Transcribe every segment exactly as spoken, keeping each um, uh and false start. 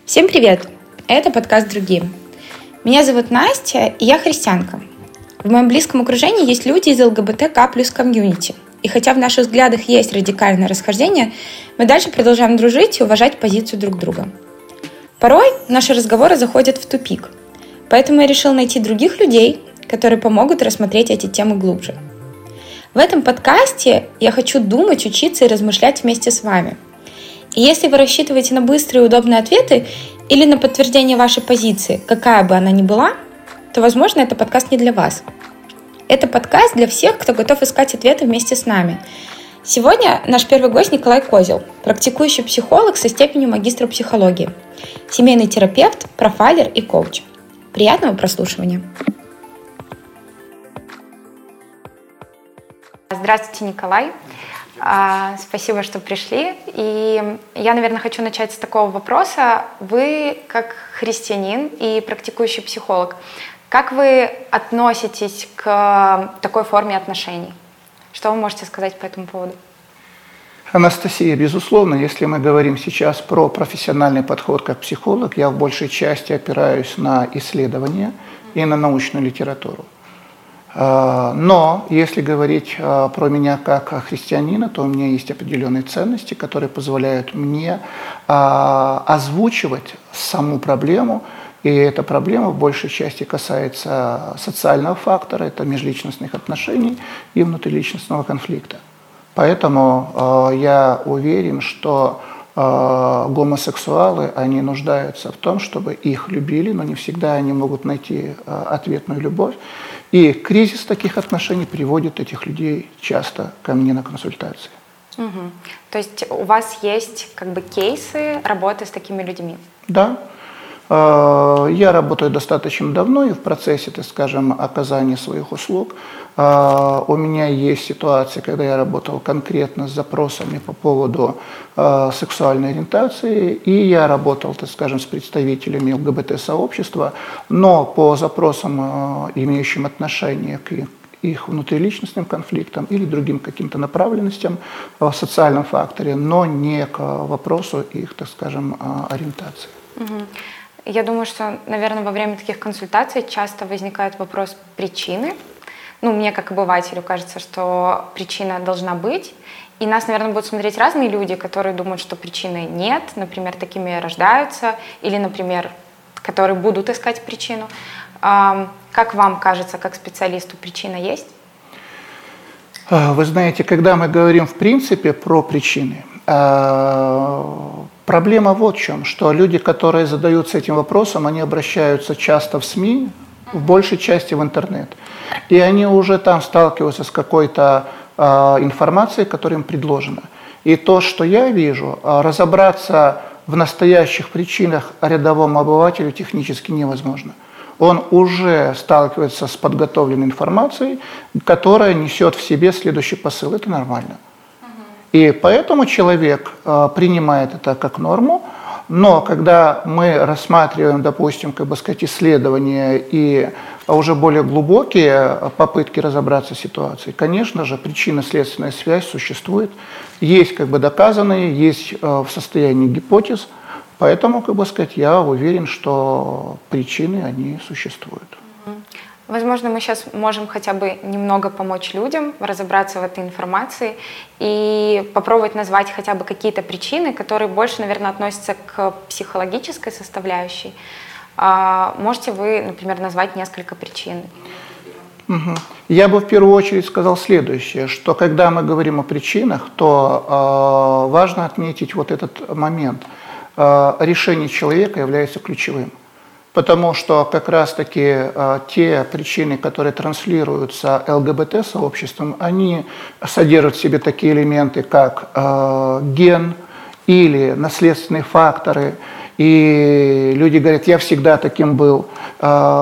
Всем привет! Это подкаст «Другим». Меня зовут Настя, и я христианка. В моем близком окружении есть люди из эл гэ бэ тэ ка плюс комьюнити. И хотя в наших взглядах есть радикальное расхождение, мы дальше продолжаем дружить и уважать позицию друг друга. Порой наши разговоры заходят в тупик. Поэтому я решила найти других людей, которые помогут рассмотреть эти темы глубже. В этом подкасте я хочу думать, учиться и размышлять вместе с вами. И если вы рассчитываете на быстрые и удобные ответы или на подтверждение вашей позиции, какая бы она ни была, то, возможно, это подкаст не для вас. Это подкаст для всех, кто готов искать ответы вместе с нами. Сегодня наш первый гость Николай Козел, практикующий психолог со степенью магистра психологии, семейный терапевт, профайлер и коуч. Приятного прослушивания. Здравствуйте, Николай. Спасибо, что пришли. И я, наверное, хочу начать с такого вопроса. Вы, как христианин и практикующий психолог, как вы относитесь к такой форме отношений? Что вы можете сказать по этому поводу? Анастасия, безусловно, если мы говорим сейчас про профессиональный подход как психолог, я в большей части опираюсь на исследования и на научную литературу. Но если говорить про меня как христианина, то у меня есть определенные ценности, которые позволяют мне озвучивать саму проблему. И эта проблема в большей части касается социального фактора, это межличностных отношений и внутриличностного конфликта. Поэтому я уверен, что гомосексуалы, они нуждаются в том, чтобы их любили, но не всегда они могут найти ответную любовь. И кризис таких отношений приводит этих людей часто ко мне на консультации. Угу. То есть у вас есть как бы кейсы работы с такими людьми? Да. Я работаю достаточно давно и в процессе, так скажем, оказания своих услуг. У меня есть ситуации, когда я работал конкретно с запросами по поводу сексуальной ориентации, и я работал, так скажем, с представителями эл гэ бэ тэ-сообщества, но по запросам, имеющим отношение к их внутриличностным конфликтам или другим каким-то направленностям в социальном факторе, но не к вопросу их, так скажем, ориентации. Угу. Я думаю, что, наверное, во время таких консультаций часто возникает вопрос причины. Ну, мне, как обывателю, кажется, что причина должна быть. И нас, наверное, будут смотреть разные люди, которые думают, что причины нет, например, такими рождаются, или, например, которые будут искать причину. Как вам кажется, как специалисту, причина есть? Вы знаете, когда мы говорим в принципе про причины, проблема вот в чем, что люди, которые задаются этим вопросом, они обращаются часто в СМИ, в большей части в интернет. И они уже там сталкиваются с какой-то э, информацией, которая им предложена. И то, что я вижу, э, разобраться в настоящих причинах рядовому обывателю технически невозможно. Он уже сталкивается с подготовленной информацией, которая несет в себе следующий посыл. Это нормально. И поэтому человек э, принимает это как норму, но когда мы рассматриваем, допустим, как бы сказать, исследования и уже более глубокие попытки разобраться в ситуации, конечно же, причинно-следственная связь существует, есть как бы доказанные, есть э, в состоянии гипотез, поэтому, как бы сказать, я уверен, что причины, они существуют. Возможно, мы сейчас можем хотя бы немного помочь людям разобраться в этой информации и попробовать назвать хотя бы какие-то причины, которые больше, наверное, относятся к психологической составляющей. А можете вы, например, назвать несколько причин? Угу. Я бы в первую очередь сказал следующее, что когда мы говорим о причинах, то э, важно отметить вот этот момент. Э, решение человека является ключевым. Потому что как раз-таки э, те причины, которые транслируются эл гэ бэ тэ-сообществом, они содержат в себе такие элементы, как э, ген или наследственные факторы. И люди говорят, я всегда таким был.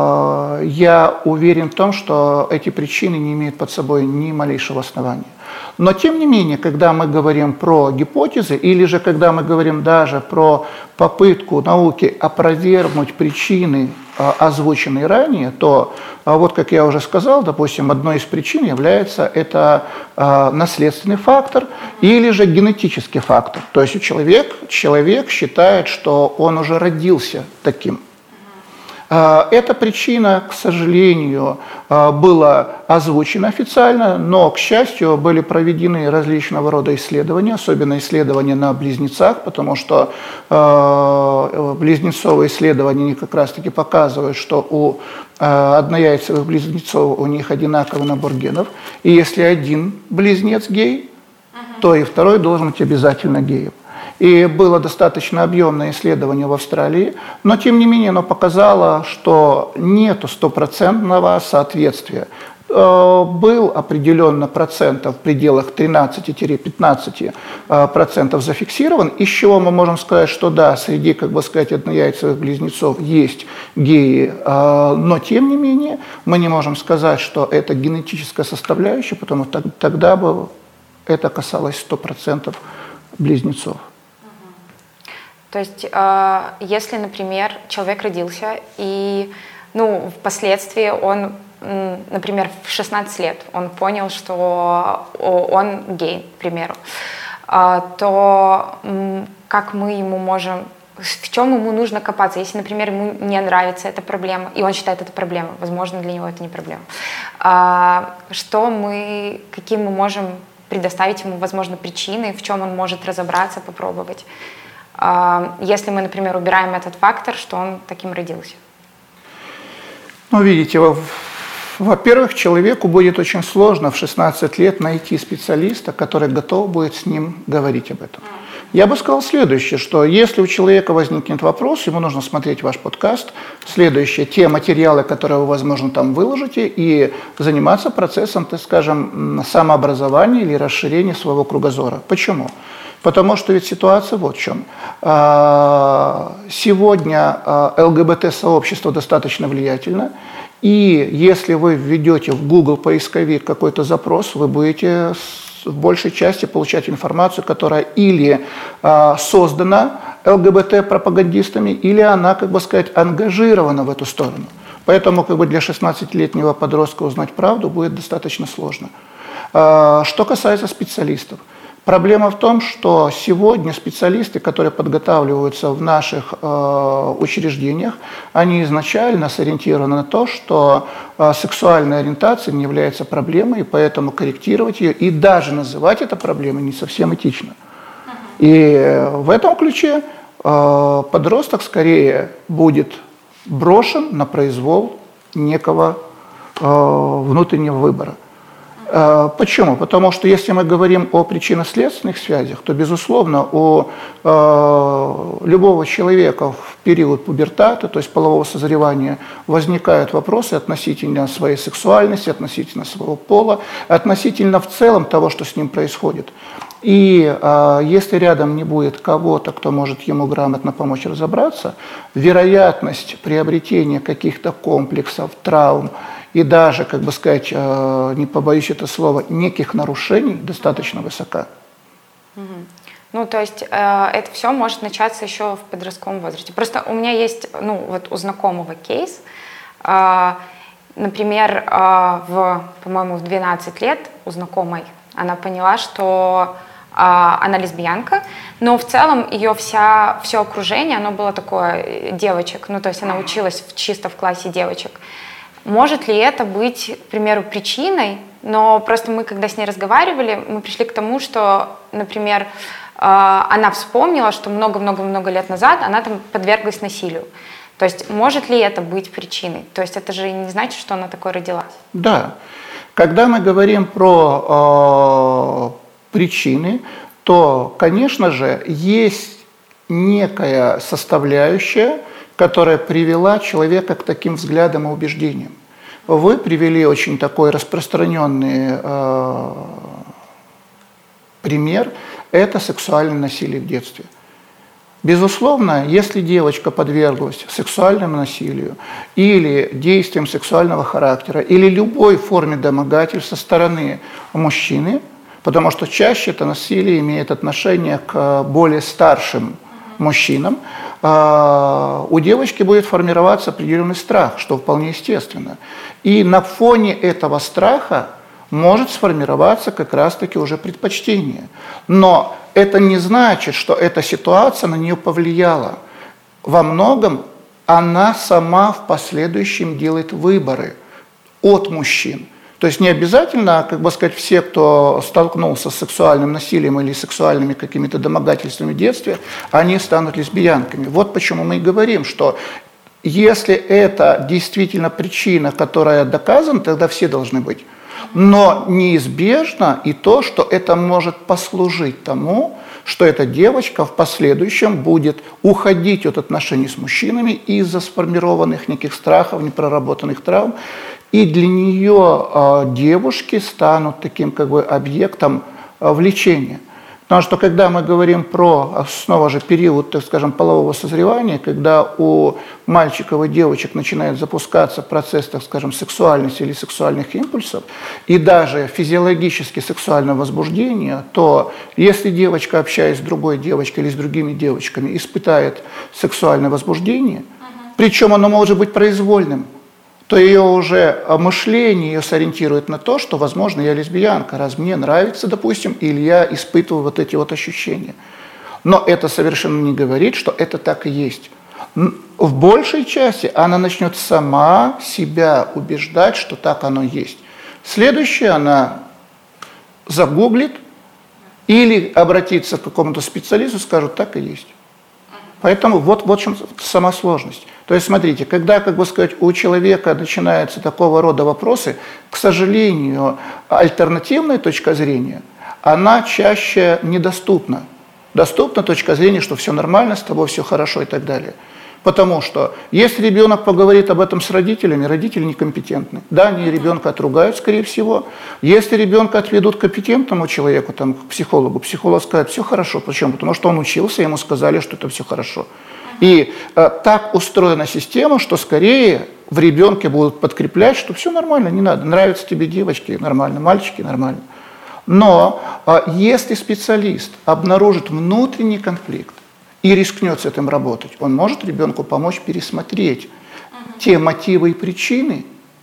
Я уверен в том, что эти причины не имеют под собой ни малейшего основания. Но тем не менее, когда мы говорим про гипотезы, или же когда мы говорим даже про попытку науки опровергнуть причины, озвученные ранее, то вот, как я уже сказал, допустим, одной из причин является это наследственный фактор или же генетический фактор. То есть человек, человек считает, что он уже родился таким. Эта причина, к сожалению, была озвучена официально, но, к счастью, были проведены различного рода исследования, особенно исследования на близнецах, потому что близнецовые исследования они как раз-таки показывают, что у однояйцевых близнецов у них одинаковый набор генов, и если один близнец гей, то и второй должен быть обязательно геем. И было достаточно объемное исследование в Австралии, но тем не менее оно показало, что нет стопроцентного соответствия. Был определенно процентов в пределах тринадцати-пятнадцати процентов зафиксирован, из чего мы можем сказать, что да, среди, как бы сказать, однояйцевых близнецов есть геи, но тем не менее мы не можем сказать, что это генетическая составляющая, потому что тогда бы это касалось ста процентов близнецов. То есть, если, например, человек родился, и ну, впоследствии он, например, в шестнадцать лет, он понял, что он гей, к примеру, то как мы ему можем, в чем ему нужно копаться, если, например, ему не нравится эта проблема, и он считает это проблемой, возможно, для него это не проблема, что мы, какие мы можем предоставить ему, возможно, причины, в чем он может разобраться, попробовать. Если мы, например, убираем этот фактор, что он таким родился? Ну, видите, во-первых, человеку будет очень сложно в шестнадцать лет найти специалиста, который готов будет с ним говорить об этом. Я бы сказал следующее, что если у человека возникнет вопрос, ему нужно смотреть ваш подкаст, следующее, те материалы, которые вы, возможно, там выложите, и заниматься процессом, так скажем, самообразования или расширения своего кругозора. Почему? Потому что ведь ситуация вот в чем. Сегодня ЛГБТ-сообщество достаточно влиятельно, и если вы введете в Google поисковик какой-то запрос, вы будете в большей части получать информацию, которая или создана ЛГБТ-пропагандистами, или она, как бы сказать, ангажирована в эту сторону. Поэтому как бы для шестнадцатилетнего подростка узнать правду будет достаточно сложно. Что касается специалистов. Проблема в том, что сегодня специалисты, которые подготавливаются в наших э, учреждениях, они изначально сориентированы на то, что э, сексуальная ориентация не является проблемой, и поэтому корректировать ее и даже называть это проблемой не совсем этично. И в этом ключе э, подросток скорее будет брошен на произвол некого э, внутреннего выбора. Почему? Потому что если мы говорим о причинно-следственных связях, то, безусловно, у э, любого человека в период пубертата, то есть полового созревания, возникают вопросы относительно своей сексуальности, относительно своего пола, относительно в целом того, что с ним происходит. И э, если рядом не будет кого-то, кто может ему грамотно помочь разобраться, вероятность приобретения каких-то комплексов, травм, и даже, как бы сказать, не побоюсь это слова, неких нарушений достаточно высока. Угу. Ну, то есть это все может начаться еще в подростковом возрасте. Просто у меня есть, ну, вот у знакомого кейс, например, в, по-моему, в двенадцать лет у знакомой она поняла, что она лесбиянка, но в целом ее вся, все окружение, оно было такое девочек, ну, то есть она училась в, чисто в классе девочек. Может ли это быть, к примеру, причиной? Но просто мы, когда с ней разговаривали, мы пришли к тому, что, например, она вспомнила, что много-много-много лет назад она там подверглась насилию. То есть может ли это быть причиной? То есть это же не значит, что она такой родилась. Да. Когда мы говорим про э, причины, то, конечно же, есть некая составляющая, которая привела человека к таким взглядам и убеждениям. Вы привели очень такой распространенный э, пример – это сексуальное насилие в детстве. Безусловно, если девочка подверглась сексуальному насилию или действиям сексуального характера, или любой форме домогательств со стороны мужчины, потому что чаще это насилие имеет отношение к более старшим мужчинам. У девочки будет формироваться определенный страх, что вполне естественно. И на фоне этого страха может сформироваться как раз-таки уже предпочтение. Но это не значит, что эта ситуация на нее повлияла. Во многом она сама в последующем делает выборы от мужчин. То есть не обязательно, как бы сказать, все, кто столкнулся с сексуальным насилием или сексуальными какими-то домогательствами в детстве, они станут лесбиянками. Вот почему мы и говорим, что если это действительно причина, которая доказана, тогда все должны быть. Но неизбежно и то, что это может послужить тому, что эта девочка в последующем будет уходить от отношений с мужчинами из-за сформированных неких страхов, непроработанных травм. И для нее э, девушки станут таким как бы объектом э, влечения. Потому что когда мы говорим про снова же период, так скажем, полового созревания, когда у мальчиков и девочек начинает запускаться процесс, так скажем, сексуальности или сексуальных импульсов, и даже физиологически сексуального возбуждения, то если девочка, общаясь с другой девочкой или с другими девочками, испытает сексуальное возбуждение, uh-huh. причем оно может быть произвольным, то ее уже мышление ее сориентирует на то, что, возможно, я лесбиянка, раз мне нравится, допустим, или я испытываю вот эти вот ощущения. Но это совершенно не говорит, что это так и есть. В большей части она начнет сама себя убеждать, что так оно есть. Следующее она загуглит или обратится к какому-то специалисту, скажет, так и есть. Поэтому вот, вот в чем сама сложность. То есть, смотрите, когда, как бы сказать, у человека начинаются такого рода вопросы, к сожалению, альтернативная точка зрения, она чаще недоступна. Доступна точка зрения, что все нормально, с тобой все хорошо и так далее. Потому что если ребенок поговорит об этом с родителями, родители некомпетентны. Да, они ребенка отругают, скорее всего. Если ребенка отведут к компетентному человеку, там, к психологу, психолог скажет, все хорошо. Почему? Потому что он учился, ему сказали, что это все хорошо. И э, так устроена система, что скорее в ребенке будут подкреплять, что все нормально, не надо. Нравятся тебе девочки, нормально, мальчики, нормально. Но э, если специалист обнаружит внутренний конфликт, и рискнет с этим работать, он может ребенку помочь пересмотреть uh-huh. те мотивы и причины,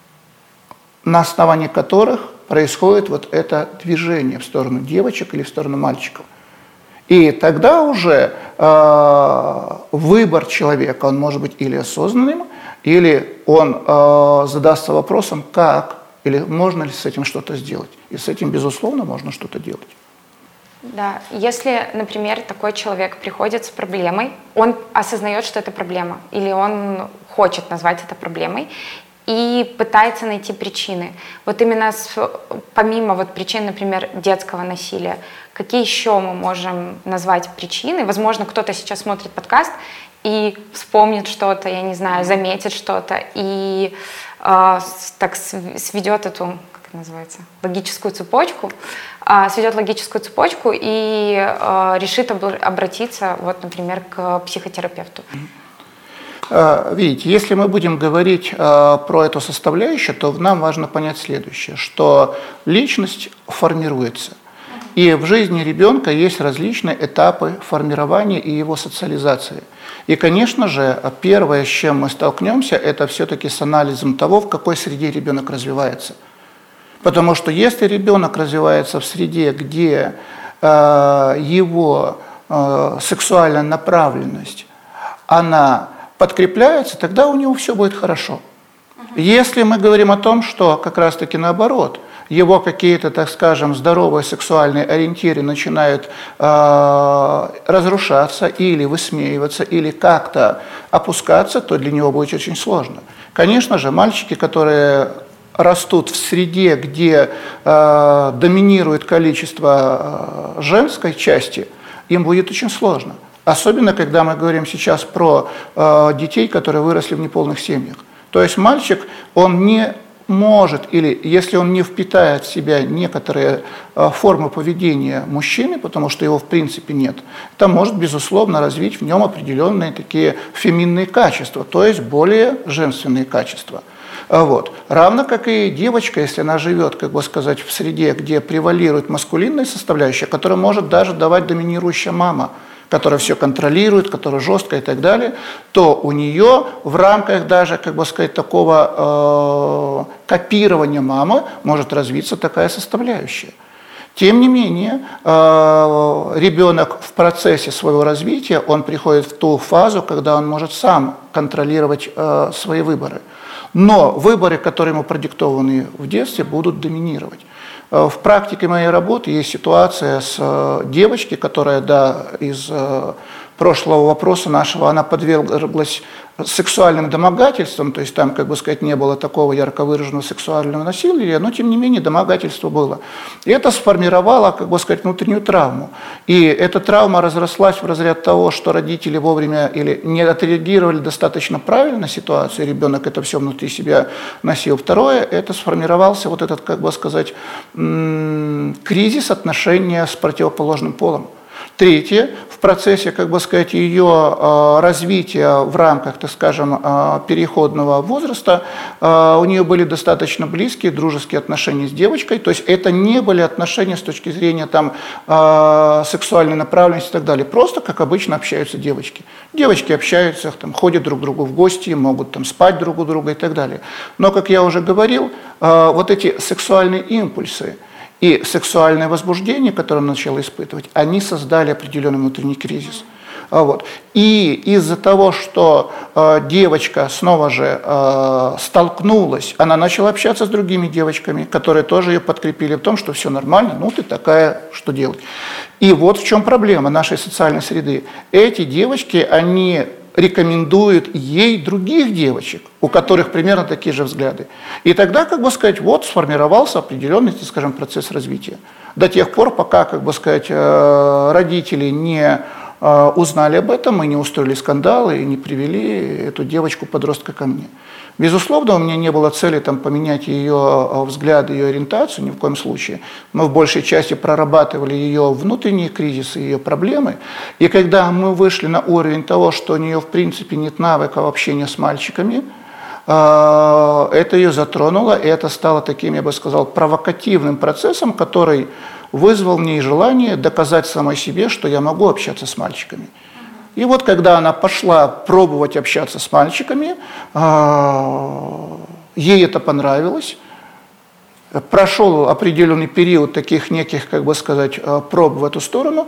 на основании которых происходит вот это движение в сторону девочек или в сторону мальчиков. И тогда уже э, выбор человека, он может быть или осознанным, или он э, задастся вопросом, как, или можно ли с этим что-то сделать. И с этим, безусловно, можно что-то делать. Да, если, например, такой человек приходит с проблемой, он осознает, что это проблема, или он хочет назвать это проблемой, и пытается найти причины. Вот именно с, помимо вот причин, например, детского насилия, какие еще мы можем назвать причины? Возможно, кто-то сейчас смотрит подкаст и вспомнит что-то, я не знаю, заметит что-то, и э, так сведет эту, как называется, логическую цепочку, сведет логическую цепочку и э, решит об, обратиться, вот, например, к психотерапевту. Видите, если мы будем говорить э, про эту составляющую, то нам важно понять следующее, что личность формируется. И в жизни ребенка есть различные этапы формирования и его социализации. И, конечно же, первое, с чем мы столкнемся, это все-таки с анализом того, в какой среде ребенок развивается. Потому что если ребенок развивается в среде, где э, его э, сексуальная направленность, она подкрепляется, тогда у него все будет хорошо. Uh-huh. Если мы говорим о том, что как раз-таки наоборот, его какие-то, так скажем, здоровые сексуальные ориентиры начинают э, разрушаться или высмеиваться, или как-то опускаться, то для него будет очень сложно. Конечно же, мальчики, которые растут в среде, где э, доминирует количество э, женской части, им будет очень сложно. Особенно, когда мы говорим сейчас про э, детей, которые выросли в неполных семьях. То есть мальчик, он не может, или если он не впитает в себя некоторые э, формы поведения мужчины, потому что его в принципе нет, это может, безусловно, развить в нем определенные такие феминные качества, то есть более женственные качества. Вот. Равно как и девочка, если она живет, как бы сказать, в среде, где превалирует маскулинная составляющая, которая может даже давать доминирующая мама, которая все контролирует, которая жесткая и так далее, то у нее в рамках даже, как бы сказать, такого э, копирования мамы может развиться такая составляющая. Тем не менее, ребенок в процессе своего развития, он приходит в ту фазу, когда он может сам контролировать свои выборы. Но выборы, которые ему продиктованы в детстве, будут доминировать. В практике моей работы есть ситуация с девочкой, которая, да, из прошлого вопроса нашего, она подверглась сексуальным домогательствам, то есть там, как бы сказать, не было такого ярко выраженного сексуального насилия, но тем не менее домогательство было. И это сформировало, как бы сказать, внутреннюю травму. И эта травма разрослась в разряд того, что родители вовремя или не отреагировали достаточно правильно на ситуацию, ребенок это все внутри себя носил. Второе, это сформировался вот этот, как бы сказать, кризис отношения с противоположным полом. Третье, в процессе, как бы сказать, ее э, развития в рамках, так скажем, э, переходного возраста, э, у нее были достаточно близкие, дружеские отношения с девочкой, то есть это не были отношения с точки зрения там, э, сексуальной направленности и так далее, просто как обычно общаются девочки. Девочки общаются, там, ходят друг к другу в гости, могут там, спать друг у друга и так далее. Но, как я уже говорил, э, вот эти сексуальные импульсы и сексуальное возбуждение, которое он начал испытывать, они создали определенный внутренний кризис. Вот. И из-за того, что э, девочка снова же э, столкнулась, она начала общаться с другими девочками, которые тоже ее подкрепили в том, что все нормально, ну ты такая, что делать. И вот в чем проблема нашей социальной среды. Эти девочки, они рекомендуют ей других девочек, у которых примерно такие же взгляды. И тогда, как бы сказать, вот сформировался определенный, скажем, процесс развития. До тех пор, пока, как бы сказать, родители не узнали об этом и не устроили скандалы, и не привели эту девочку-подростка ко мне. Безусловно, у меня не было цели там, поменять ее взгляды, ее ориентацию, ни в коем случае. Мы в большей части прорабатывали ее внутренние кризисы, ее проблемы. И когда мы вышли на уровень того, что у нее в принципе нет навыков общения с мальчиками, это ее затронуло, и это стало таким, я бы сказал, провокативным процессом, который вызвал в ней желание доказать самой себе, что я могу общаться с мальчиками. И вот когда она пошла пробовать общаться с мальчиками, ей это понравилось. Прошел определенный период таких неких, как бы сказать, проб в эту сторону,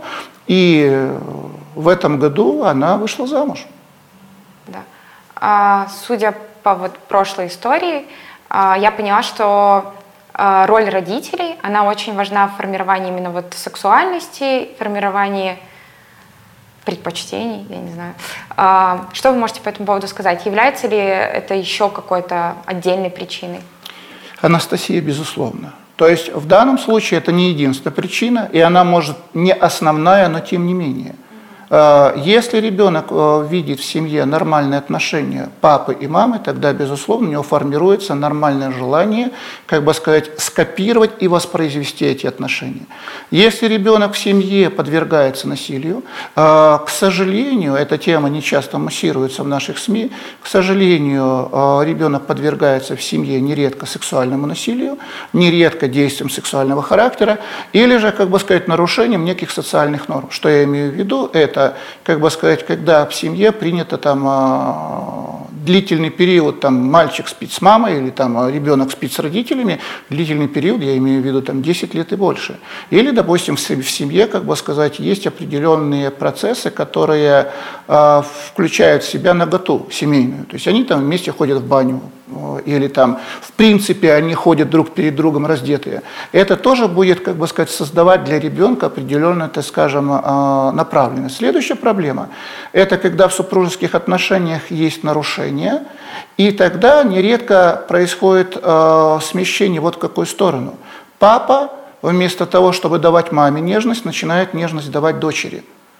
и в этом году она вышла замуж. Да. А, судя по вот прошлой истории, а, я поняла, что а, роль родителей, она очень важна в формировании именно вот сексуальности, формировании предпочтений, я не знаю. А, что вы можете по этому поводу сказать? Является ли это еще какой-то отдельной причиной? Анастасия, безусловно. То есть в данном случае это не единственная причина, и она может не основная, но тем не менее. Если ребенок видит в семье нормальные отношения папы и мамы, тогда, безусловно, у него формируется нормальное желание, как бы сказать, скопировать и воспроизвести эти отношения. Если ребенок в семье подвергается насилию, к сожалению, эта тема не часто муссируется в наших СМИ, к сожалению, ребенок подвергается в семье нередко сексуальному насилию, нередко действиям сексуального характера, или же, как бы сказать, нарушением неких социальных норм. Что я имею в виду? Это Это, как бы сказать, когда в семье принято там длительный период, там мальчик спит с мамой или там ребенок спит с родителями, длительный период, я имею в виду там десять лет и больше. Или, допустим, в семье, как бы сказать, есть определенные процессы, которые э, включают в себя наготу семейную. То есть они там вместе ходят в баню, или там, в принципе, они ходят друг перед другом раздетые. Это тоже будет, как бы сказать, создавать для ребенка определенную, так скажем, направленность. Следующая проблема – это когда в супружеских отношениях есть нарушения, и тогда нередко происходит э, смещение вот в какую сторону. Папа, вместо того, чтобы давать маме нежность, начинает нежность давать дочери.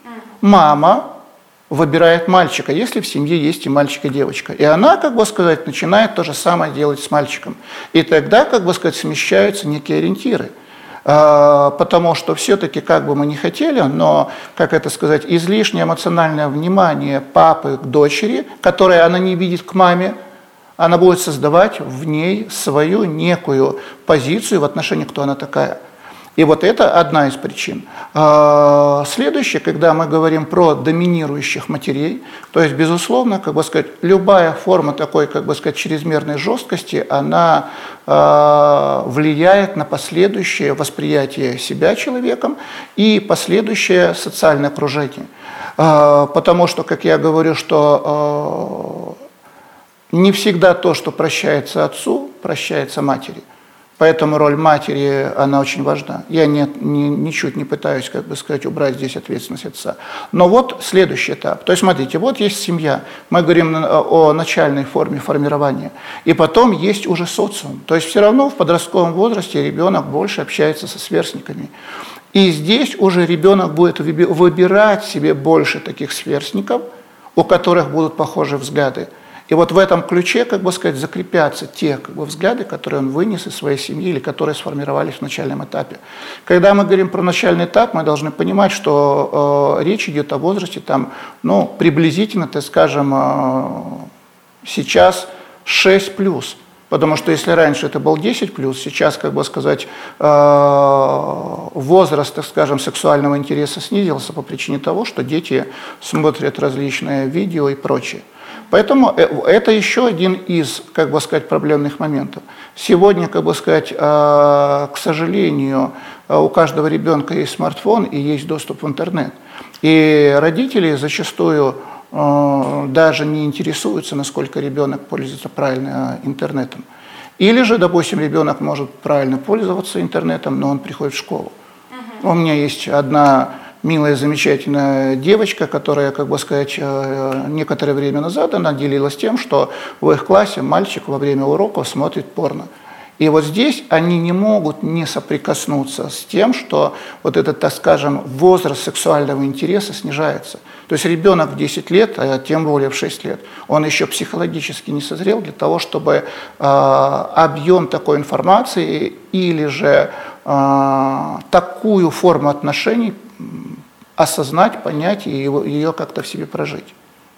Мама выбирает мальчика, если в семье есть и мальчик, и девочка. И она, как бы сказать, начинает то же самое делать с мальчиком. И тогда, как бы сказать, смещаются некие ориентиры. Потому что все-таки, как бы мы ни хотели, но, как это сказать, излишнее эмоциональное внимание папы к дочери, которое она не видит к маме, Она будет создавать в ней свою некую позицию в отношении, кто она такая. И вот это одна из причин. Следующее, когда мы говорим про доминирующих матерей, то есть, безусловно, как бы сказать, любая форма такой, как бы сказать, чрезмерной жесткости, она влияет на последующее восприятие себя человеком и последующее социальное окружение. Потому что, как я говорю, что не всегда то, что прощается отцу, прощается матери. Поэтому роль матери, она очень важна. Я не, не, ничуть не пытаюсь, как бы сказать, убрать здесь ответственность отца. Но вот следующий этап. То есть, смотрите, вот есть семья. Мы говорим о начальной форме формирования. И потом есть уже социум. То есть, все равно в подростковом возрасте ребенок больше общается со сверстниками. И здесь уже ребенок будет выбирать себе больше таких сверстников, у которых будут похожие взгляды. И вот в этом ключе, как бы сказать, закрепятся те как бы, взгляды, которые он вынес из своей семьи или которые сформировались в начальном этапе. Когда мы говорим про начальный этап, мы должны понимать, что э, речь идет о возрасте там, ну, приблизительно, так скажем, э, сейчас шесть плюс. Потому что если раньше это был десять плюс, сейчас, как бы сказать, возраст, так скажем, сексуального интереса снизился по причине того, что дети смотрят различные видео и прочее. Поэтому это еще один из, как бы сказать, проблемных моментов. Сегодня, как бы сказать, к сожалению, у каждого ребенка есть смартфон и есть доступ в интернет. И родители зачастую даже не интересуются, насколько ребенок пользуется правильно интернетом. Или же, допустим, ребенок может правильно пользоваться интернетом, но он приходит в школу. Uh-huh. У меня есть одна милая, замечательная девочка, которая, как бы сказать, некоторое время назад она делилась тем, что в их классе мальчик во время уроков смотрит порно. И вот здесь они не могут не соприкоснуться с тем, что вот этот, так скажем, возраст сексуального интереса снижается. То есть ребенок в десять лет, а тем более в шесть лет, он еще психологически не созрел для того, чтобы э, объем такой информации или же э, такую форму отношений осознать, понять и его, ее как-то в себе прожить.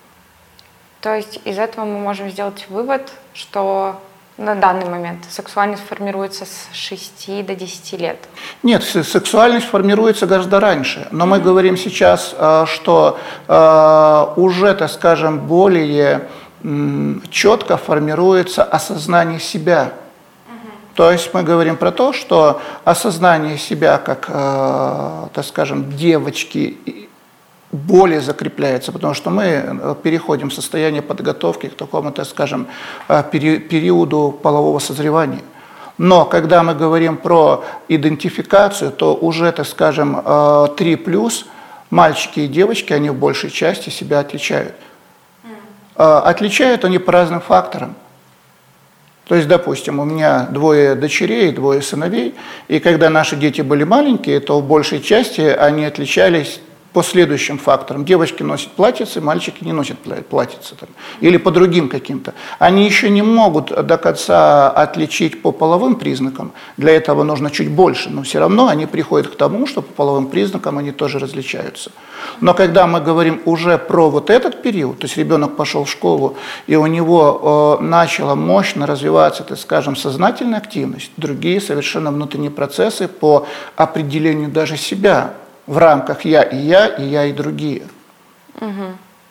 То есть из этого мы можем сделать вывод, что на данный момент сексуальность формируется с шести до десяти лет? Нет, сексуальность формируется гораздо раньше. Но mm-hmm. мы говорим сейчас, что уже, так скажем, более четко формируется осознание себя. Mm-hmm. То есть мы говорим про то, что осознание себя как, так скажем, девочки более закрепляется, потому что мы переходим в состояние подготовки к такому, так скажем, периоду полового созревания. Но когда мы говорим про идентификацию, то уже, так скажем, три плюс, мальчики и девочки, они в большей части себя отличают. Отличают они по разным факторам. То есть, допустим, у меня двое дочерей, двое сыновей, и когда наши дети были маленькие, то в большей части они отличались по следующим факторам. Девочки носят платьицы, мальчики не носят платьицы. Там, или по другим каким-то. Они еще не могут до конца отличить по половым признакам. Для этого нужно чуть больше. Но все равно они приходят к тому, что по половым признакам они тоже различаются. Но когда мы говорим уже про вот этот период, то есть ребенок пошел в школу, и у него э, начала мощно развиваться, так скажем, сознательная активность, другие совершенно внутренние процессы по определению даже себя, в рамках «я и я», и «я и другие». Угу.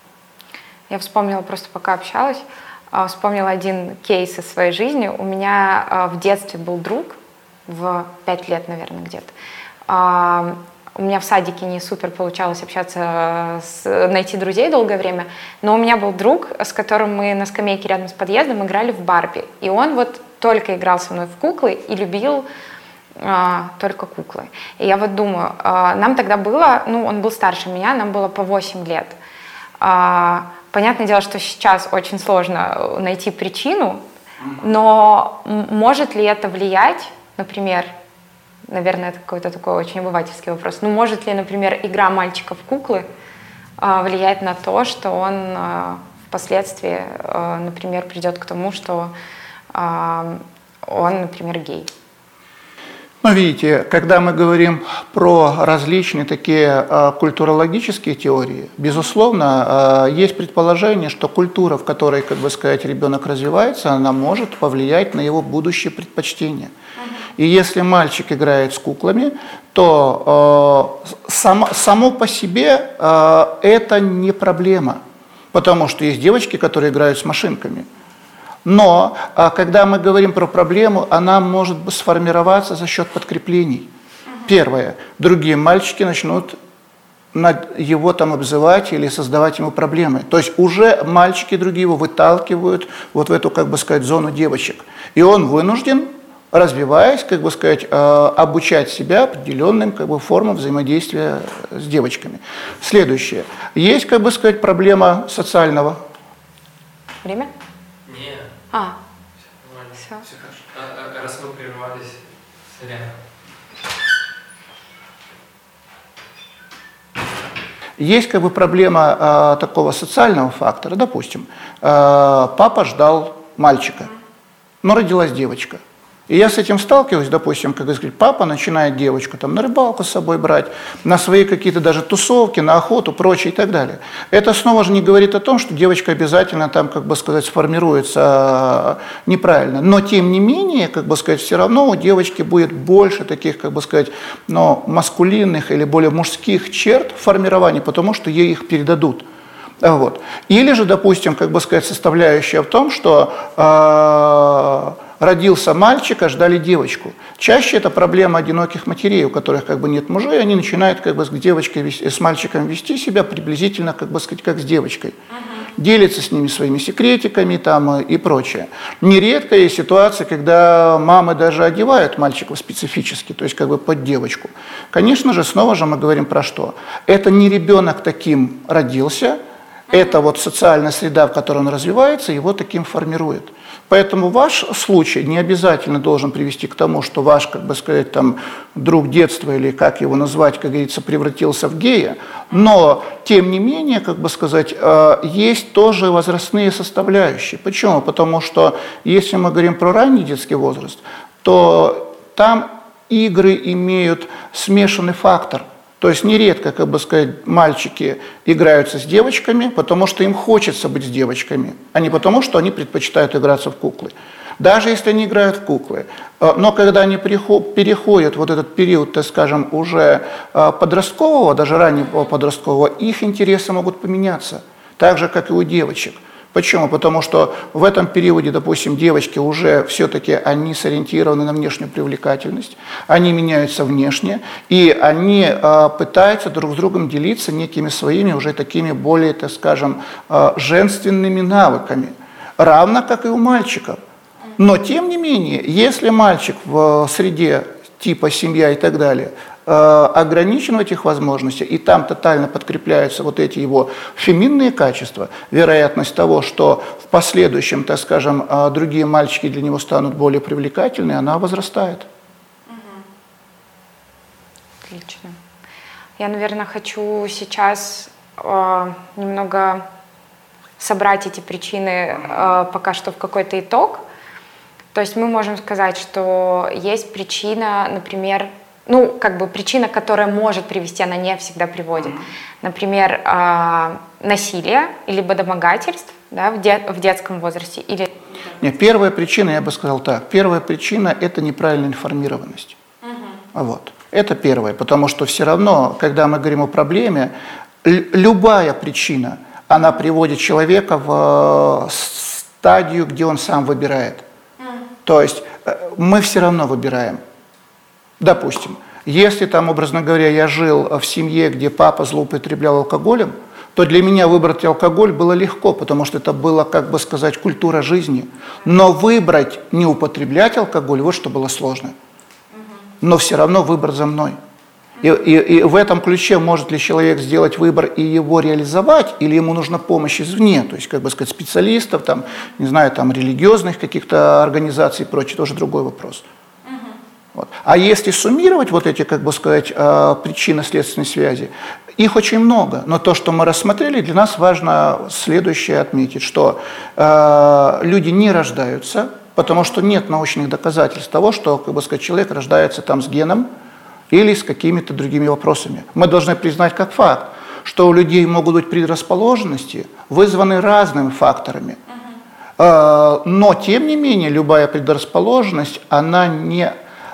Я вспомнила, просто пока общалась, вспомнила один кейс из своей жизни. У меня в детстве был друг, в пять лет, наверное, где-то. У меня в садике не супер получалось общаться, с, найти друзей долгое время, но у меня был друг, с которым мы на скамейке рядом с подъездом играли в Барби. И он вот только играл со мной в куклы и любил А, только куклы. И я вот думаю, а, нам тогда было, ну, он был старше меня, нам было по восемь лет. А, понятное дело, что сейчас очень сложно найти причину, но может ли это влиять, например, наверное, это какой-то такой очень обывательский вопрос, ну, может ли, например, игра мальчика в куклы а, влиять на то, что он а, впоследствии, а, например, придет к тому, что а, он, например, гей? Ну, видите, когда мы говорим про различные такие э, культурологические теории, безусловно, э, есть предположение, что культура, в которой, как бы сказать, ребенок развивается, она может повлиять на его будущее предпочтения. И если мальчик играет с куклами, то э, само, само по себе э, это не проблема, потому что есть девочки, которые играют с машинками. Но а, когда мы говорим про проблему, она может сформироваться за счет подкреплений. Первое. Другие мальчики начнут над его там обзывать или создавать ему проблемы. То есть уже мальчики другие его выталкивают вот в эту, как бы сказать, зону девочек. И он вынужден, развиваясь, как бы сказать, обучать себя определенным, как бы, формам взаимодействия с девочками. Следующее. Есть, как бы сказать, проблема социального. Время? Нет. А. Все. Все хорошо. А, а, раз вы прервались, сорян. Есть, как бы, проблема э, такого социального фактора. Допустим, э, папа ждал мальчика, но родилась девочка. И я с этим сталкиваюсь, допустим, как сказать, папа начинает девочку там на рыбалку с собой брать, на свои какие-то даже тусовки, на охоту, прочее и так далее. Это снова же не говорит о том, что девочка обязательно там, как бы сказать, сформируется неправильно. Но тем не менее, как бы сказать, все равно у девочки будет больше таких, как бы сказать, но маскулинных или более мужских черт формирования, потому что ей их передадут. Вот. Или же, допустим, как бы сказать, составляющая в том, что э, родился мальчик, а ждали девочку. Чаще это проблема одиноких матерей, у которых как бы нет мужей, они начинают как бы с девочкой, вести, с мальчиком вести себя приблизительно, как бы сказать, как с девочкой. Uh-huh. Делятся с ними своими секретиками там, и прочее. Нередко есть ситуации, когда мамы даже одевают мальчиков специфически, то есть как бы под девочку. Конечно же, снова же мы говорим про что? Это не ребенок таким родился, это вот социальная среда, в которой он развивается, его таким формирует. Поэтому ваш случай не обязательно должен привести к тому, что ваш, как бы сказать, там, друг детства, или как его назвать, как говорится, превратился в гея. Но, тем не менее, как бы сказать, есть тоже возрастные составляющие. Почему? Потому что, если мы говорим про ранний детский возраст, то там игры имеют смешанный фактор. То есть нередко, как бы сказать, мальчики играются с девочками, потому что им хочется быть с девочками, а не потому, что они предпочитают играться в куклы. Даже если они играют в куклы. Но когда они переходят вот этот период, так скажем, уже подросткового, даже раннего подросткового, их интересы могут поменяться, так же, как и у девочек. Почему? Потому что в этом периоде, допустим, девочки уже все-таки они сориентированы на внешнюю привлекательность, они меняются внешне, и они э, пытаются друг с другом делиться некими своими уже такими более, так скажем, э, женственными навыками, равно как и у мальчиков. Но, тем не менее, если мальчик в среде типа семья и так далее ограничен в этих возможностях, и там тотально подкрепляются вот эти его феминные качества, вероятность того, что в последующем, так скажем, другие мальчики для него станут более привлекательны, она возрастает. Отлично. Я, наверное, хочу сейчас э, немного собрать эти причины э, пока что в какой-то итог. То есть мы можем сказать, что есть причина, например, ну, как бы причина, которая может привести, она не всегда приводит. Например, э, насилие или домогательств, да, в, де в детском возрасте. Или... Нет, первая причина, я бы сказал так, первая причина – это неправильная информированность. Угу. Вот. Это первое, потому что все равно, когда мы говорим о проблеме, любая причина, она приводит человека в стадию, где он сам выбирает. Угу. То есть мы все равно выбираем. Допустим, если там, образно говоря, я жил в семье, где папа злоупотреблял алкоголем, то для меня выбрать алкоголь было легко, потому что это была, как бы сказать, культура жизни. Но выбрать не употреблять алкоголь, вот что было сложно. Но все равно выбор за мной. И, и, и в этом ключе может ли человек сделать выбор и его реализовать, или ему нужна помощь извне, то есть, как бы сказать, специалистов, там, не знаю, там, религиозных каких-то организаций и прочее, тоже другой вопрос. Вот. А если суммировать вот эти, как бы сказать, причинно-следственные связи, их очень много, но то, что мы рассмотрели, для нас важно следующее отметить, что э, люди не рождаются Потому что нет научных доказательств того, что, как бы сказать, человек рождается там с геном или с какими-то другими вопросами. Мы должны признать как факт, что у людей могут быть предрасположенности, вызванные разными факторами. Uh-huh. Но, тем не менее, любая предрасположенность, она не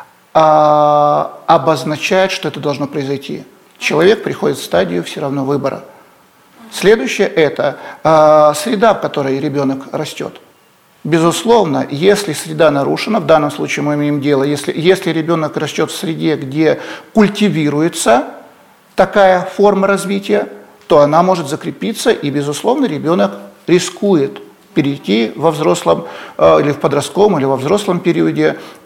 а, обозначает, что это должно произойти. Человек приходит в стадию все равно выбора. Следующее – это а, среда, в которой ребенок растет. Безусловно, если среда нарушена, в данном случае мы имеем дело, если, если ребенок растет в среде, где культивируется такая форма развития, то она может закрепиться, и, безусловно, ребенок рискует перейти во взрослом э, или в подростковом, или во взрослом периоде э,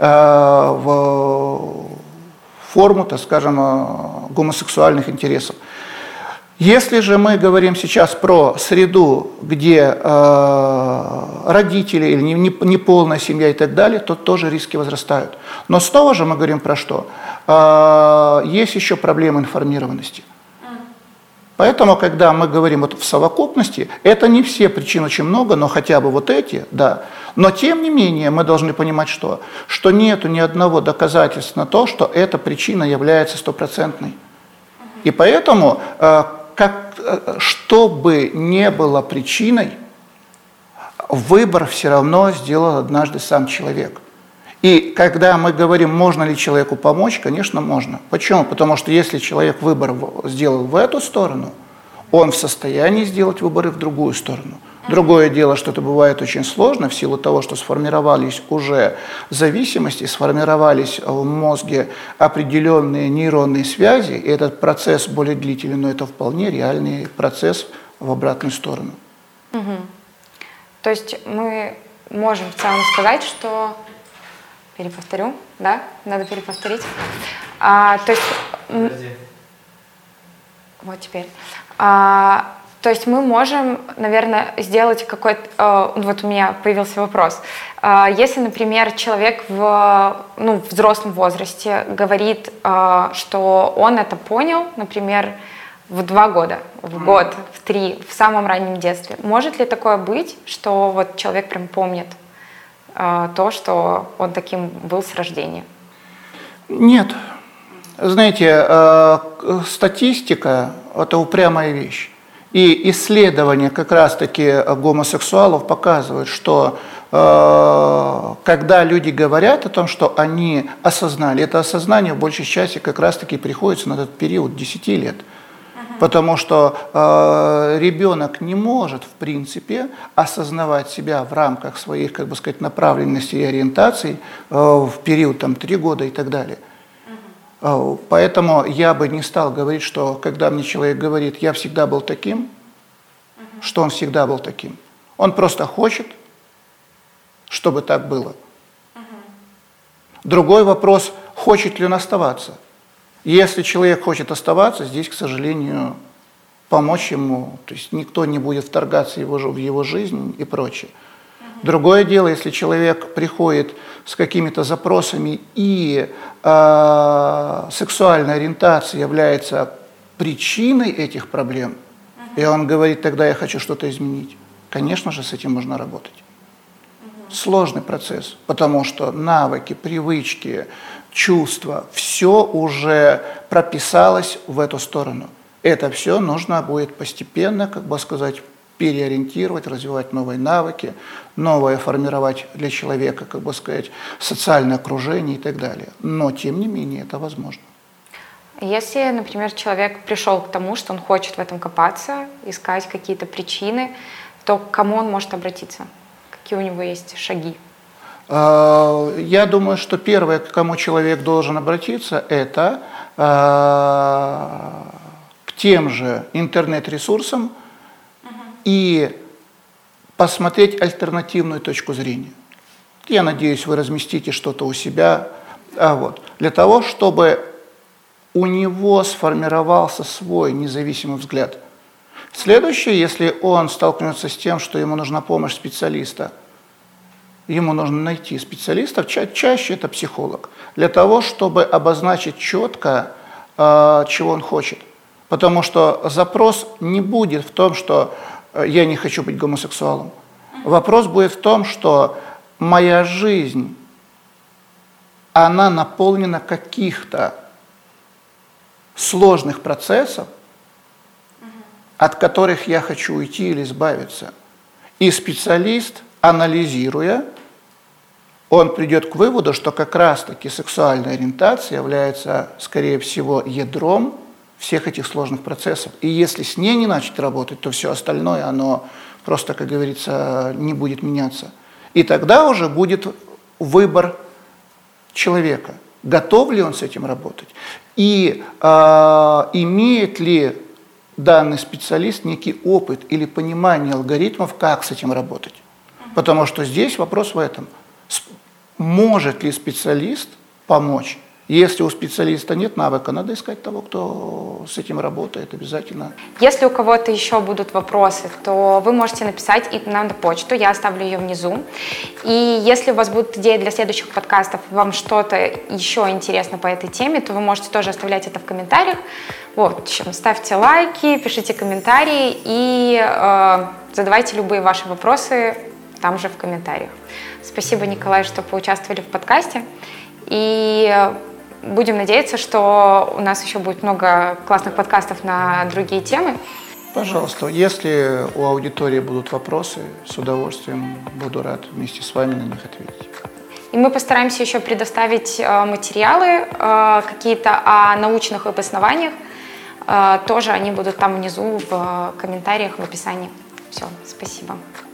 в форму, так скажем, э, гомосексуальных интересов. Если же мы говорим сейчас про среду, где э, родители или неполная семья и так далее, то тоже риски возрастают. Но снова же мы говорим про что? Э, есть еще проблема информированности. Поэтому, когда мы говорим вот в совокупности, это не все причин очень много, но хотя бы вот эти, да. Но тем не менее мы должны понимать что? Что нету ни одного доказательства на то, что эта причина является стопроцентной. И поэтому... Э, Как, что бы ни было причиной, выбор все равно сделал однажды сам человек. И когда мы говорим, можно ли человеку помочь, конечно, можно. Почему? Потому что если человек выбор сделал в эту сторону, он в состоянии сделать выборы в другую сторону. Другое дело, что это бывает очень сложно в силу того, что сформировались уже зависимости, сформировались в мозге определенные нейронные связи, и этот процесс более длительный, но это вполне реальный процесс в обратную сторону. Угу. То есть мы можем в целом сказать, что... Переповторю, да? Надо переповторить. А, то есть... Подожди. Вот теперь. А, То есть мы можем, наверное, сделать какой-то... Э, вот у меня появился вопрос. Э, если, например, человек в ну, взрослом возрасте говорит, э, что он это понял, например, в два года, в год, в три, в самом раннем детстве, может ли такое быть, что вот человек прям помнит э, то, что он таким был с рождения? Нет. Знаете, э, статистика – это упрямая вещь. И исследования как раз-таки гомосексуалов показывают, что э, когда люди говорят о том, что они осознали, это осознание в большей части как раз-таки приходится на этот период десяти лет. Uh-huh. Потому что э, ребенок не может, в принципе, осознавать себя в рамках своих, как бы сказать, направленностей и ориентаций э, в период там, три года и так далее. Поэтому я бы не стал говорить, что когда мне человек говорит, я всегда был таким, uh-huh. что он всегда был таким. Он просто хочет, чтобы так было. Uh-huh. Другой вопрос, хочет ли он оставаться. Если человек хочет оставаться, здесь, к сожалению, помочь ему, то есть никто не будет вторгаться в его, в его жизнь и прочее. Другое дело, если человек приходит с какими-то запросами и э, сексуальная ориентация является причиной этих проблем, uh-huh. и он говорит, тогда я хочу что-то изменить, конечно же, с этим можно работать. Uh-huh. Сложный процесс, потому что навыки, привычки, чувства, все уже прописалось в эту сторону. Это все нужно будет постепенно, как бы сказать, переориентировать, развивать новые навыки, новое формировать для человека, как бы сказать, социальное окружение и так далее. Но, тем не менее, это возможно. Если, например, человек пришел к тому, что он хочет в этом копаться, искать какие-то причины, то к кому он может обратиться? Какие у него есть шаги? Я думаю, что первое, к кому человек должен обратиться, это к тем же интернет-ресурсам, и посмотреть альтернативную точку зрения. Я надеюсь, вы разместите что-то у себя, а вот, для того, чтобы у него сформировался свой независимый взгляд. Следующее, если он столкнется с тем, что ему нужна помощь специалиста, ему нужно найти специалистов, ча- чаще это психолог, для того, чтобы обозначить четко, э, чего он хочет. Потому что запрос не будет в том, что я не хочу быть гомосексуалом. Вопрос будет в том, что моя жизнь, она наполнена каких-то сложных процессов, от которых я хочу уйти или избавиться. И специалист, анализируя, он придет к выводу, что как раз-таки сексуальная ориентация является, скорее всего, ядром всех этих сложных процессов. И если с ней не начать работать, то все остальное, оно просто, как говорится, не будет меняться. И тогда уже будет выбор человека, готов ли он с этим работать, и э, имеет ли данный специалист некий опыт или понимание алгоритмов, как с этим работать. Потому что здесь вопрос в этом. Может ли специалист помочь? Если у специалиста нет навыка, надо искать того, кто с этим работает обязательно. Если у кого-то еще будут вопросы, то вы можете написать и нам на почту, я оставлю ее внизу. И если у вас будут идеи для следующих подкастов, вам что-то еще интересно по этой теме, то вы можете тоже оставлять это в комментариях. Вот, ставьте лайки, пишите комментарии и э, задавайте любые ваши вопросы там же в комментариях. Спасибо, Николай, что поучаствовали в подкасте. И будем надеяться, что у нас еще будет много классных подкастов на другие темы. Пожалуйста, если у аудитории будут вопросы, с удовольствием буду рад вместе с вами на них ответить. И мы постараемся еще предоставить э, материалы э, какие-то о научных обоснованиях. Э, тоже они будут там внизу в комментариях, в описании. Все, спасибо.